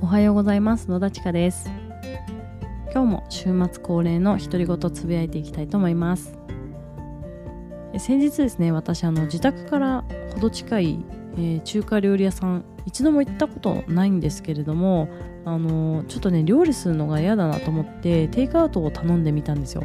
はようございます。野田千佳です。今日も週末恒例の独り言つぶやいていきたいと思います。先日ですね、私自宅からほど近い、中華料理屋さん一度も行ったことないんですけれども、ちょっとね料理するのが嫌だなと思ってテイクアウトを頼んでみたんですよ。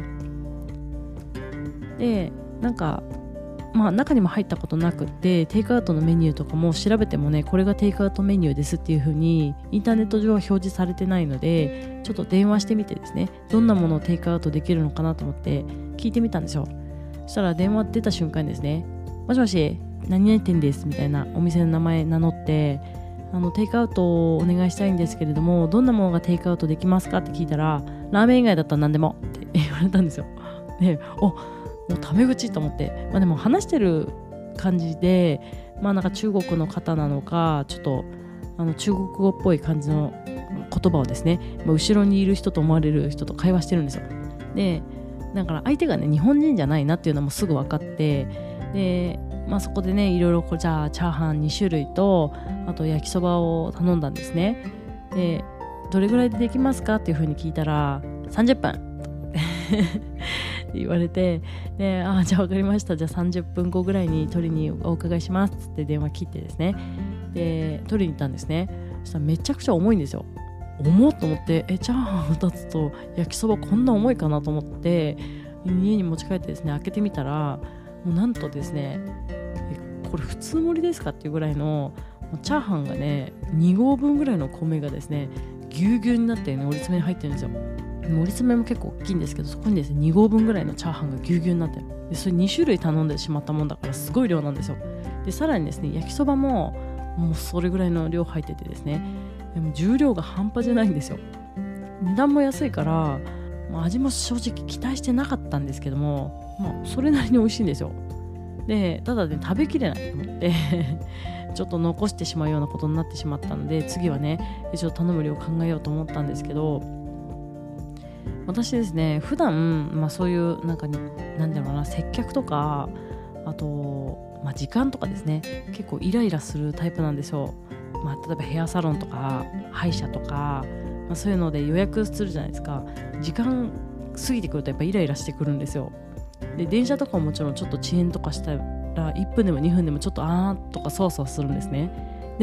で中にも入ったことなくって、テイクアウトのメニューとかも調べてもね、これがテイクアウトメニューですっていう風にインターネット上は表示されてないので、ちょっと電話してみてですね、どんなものをテイクアウトできるのかなと思って聞いてみたんですよ。そしたら電話出た瞬間にですね、もしもし何々店ですみたいなお店の名前名乗って、テイクアウトをお願いしたいんですけれども、どんなものがテイクアウトできますかって聞いたら、ラーメン以外だったら何でもって言われたんですよ。で、もうタメ口と思って、でも話してる感じで、中国の方なのか、ちょっと中国語っぽい感じの言葉をですね、後ろにいる人と思われる人と会話してるんですよ。で、だから相手がね日本人じゃないなっていうのもすぐ分かって、で、そこでねいろいろじゃあチャーハン2種類とあと焼きそばを頼んだんですね。で、どれぐらいでできますかっていう風に聞いたら、30分って言われて、で、じゃあ分かりました、じゃあ30分後ぐらいに取りにお伺いしますって電話切ってですね、で取りに行ったんですね。そしたらめちゃくちゃ重いんですよ。重っと思って、チャーハン2つと焼きそばこんな重いかなと思って家に持ち帰ってですね、開けてみたら、もうなんとですね、これ普通盛りですかっていうぐらいのチャーハンがね、2合分ぐらいの米がですねぎゅうぎゅうになってね、折り詰めに入ってるんですよ。盛り詰めも結構大きいんですけど、そこにですね2合分ぐらいのチャーハンがぎゅうぎゅうになってる。でそれ2種類頼んでしまったもんだからすごい量なんですよ。でさらにですね、焼きそばももうそれぐらいの量入っててですね、でも重量が半端じゃないんですよ。値段も安いから、味も正直期待してなかったんですけども、それなりに美味しいんですよ。でただね食べきれないと思ってちょっと残してしまうようなことになってしまったので、次はねちょっと頼む量を考えようと思ったんですけど、私ですね普段、そういうなんだろうな、接客とか、あと、時間とかですね、結構イライラするタイプなんですよ。例えばヘアサロンとか歯医者とか、そういうので予約するじゃないですか。時間過ぎてくるとやっぱイライラしてくるんですよ。で電車とかももちろんちょっと遅延とかしたら1分でも2分でもちょっととかそわそわするんですね。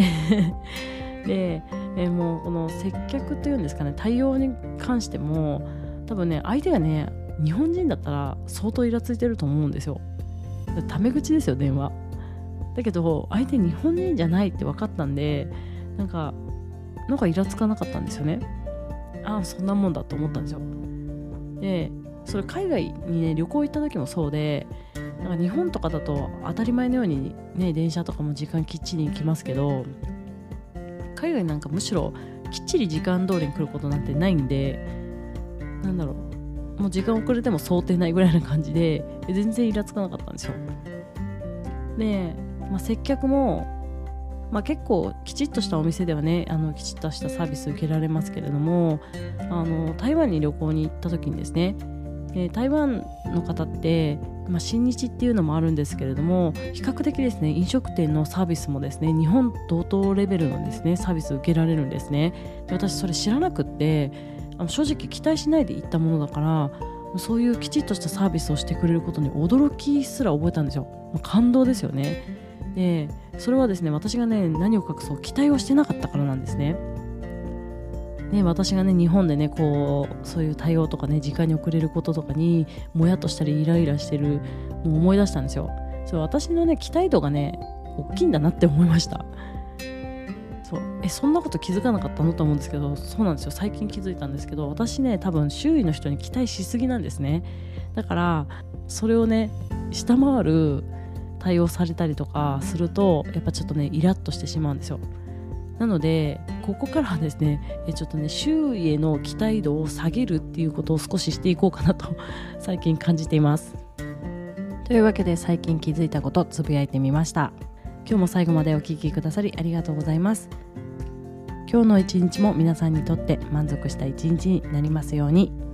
でもうこの接客というんですかね、対応に関しても多分ね、相手がね日本人だったら相当イラついてると思うんですよ。タメ口ですよ、電話だけど相手日本人じゃないって分かったんで、なんかイラつかなかったんですよね。そんなもんだと思ったんですよ。でそれ海外にね旅行行った時もそうで、日本とかだと当たり前のようにね電車とかも時間きっちり行きますけど、海外なんかむしろきっちり時間通りに来ることなんてないんで、もう時間遅れても想定ないぐらいな感じで、全然イラつかなかったんですよ。で、接客も、結構きちっとしたお店ではねきちっとしたサービス受けられますけれども、台湾に旅行に行った時にですね、台湾の方って、親日っていうのもあるんですけれども、比較的ですね飲食店のサービスもですね日本同等レベルのですねサービス受けられるんですね。で私それ知らなくって、正直期待しないで行ったものだから、そういうきちっとしたサービスをしてくれることに驚きすら覚えたんですよ。感動ですよね。でそれはですね、私がね何を隠そう期待をしてなかったからなんですね。私がね日本でねそういう対応とかね時間に遅れることとかにもやっとしたりイライラしてるのを思い出したんですよ。私のね期待度がね大きいんだなって思いました。そんなこと気づかなかったのと思うんですけど、そうなんですよ。最近気づいたんですけど、私ね多分周囲の人に期待しすぎなんですね。だからそれをね下回る対応されたりとかすると、やっぱちょっとねイラッとしてしまうんですよ。なのでここからはですねちょっとね周囲への期待度を下げるっていうことを少ししていこうかなと最近感じています。というわけで、最近気づいたことつぶやいてみました。今日も最後までお聞きくださりありがとうございます。今日の一日も皆さんにとって満足した一日になりますように。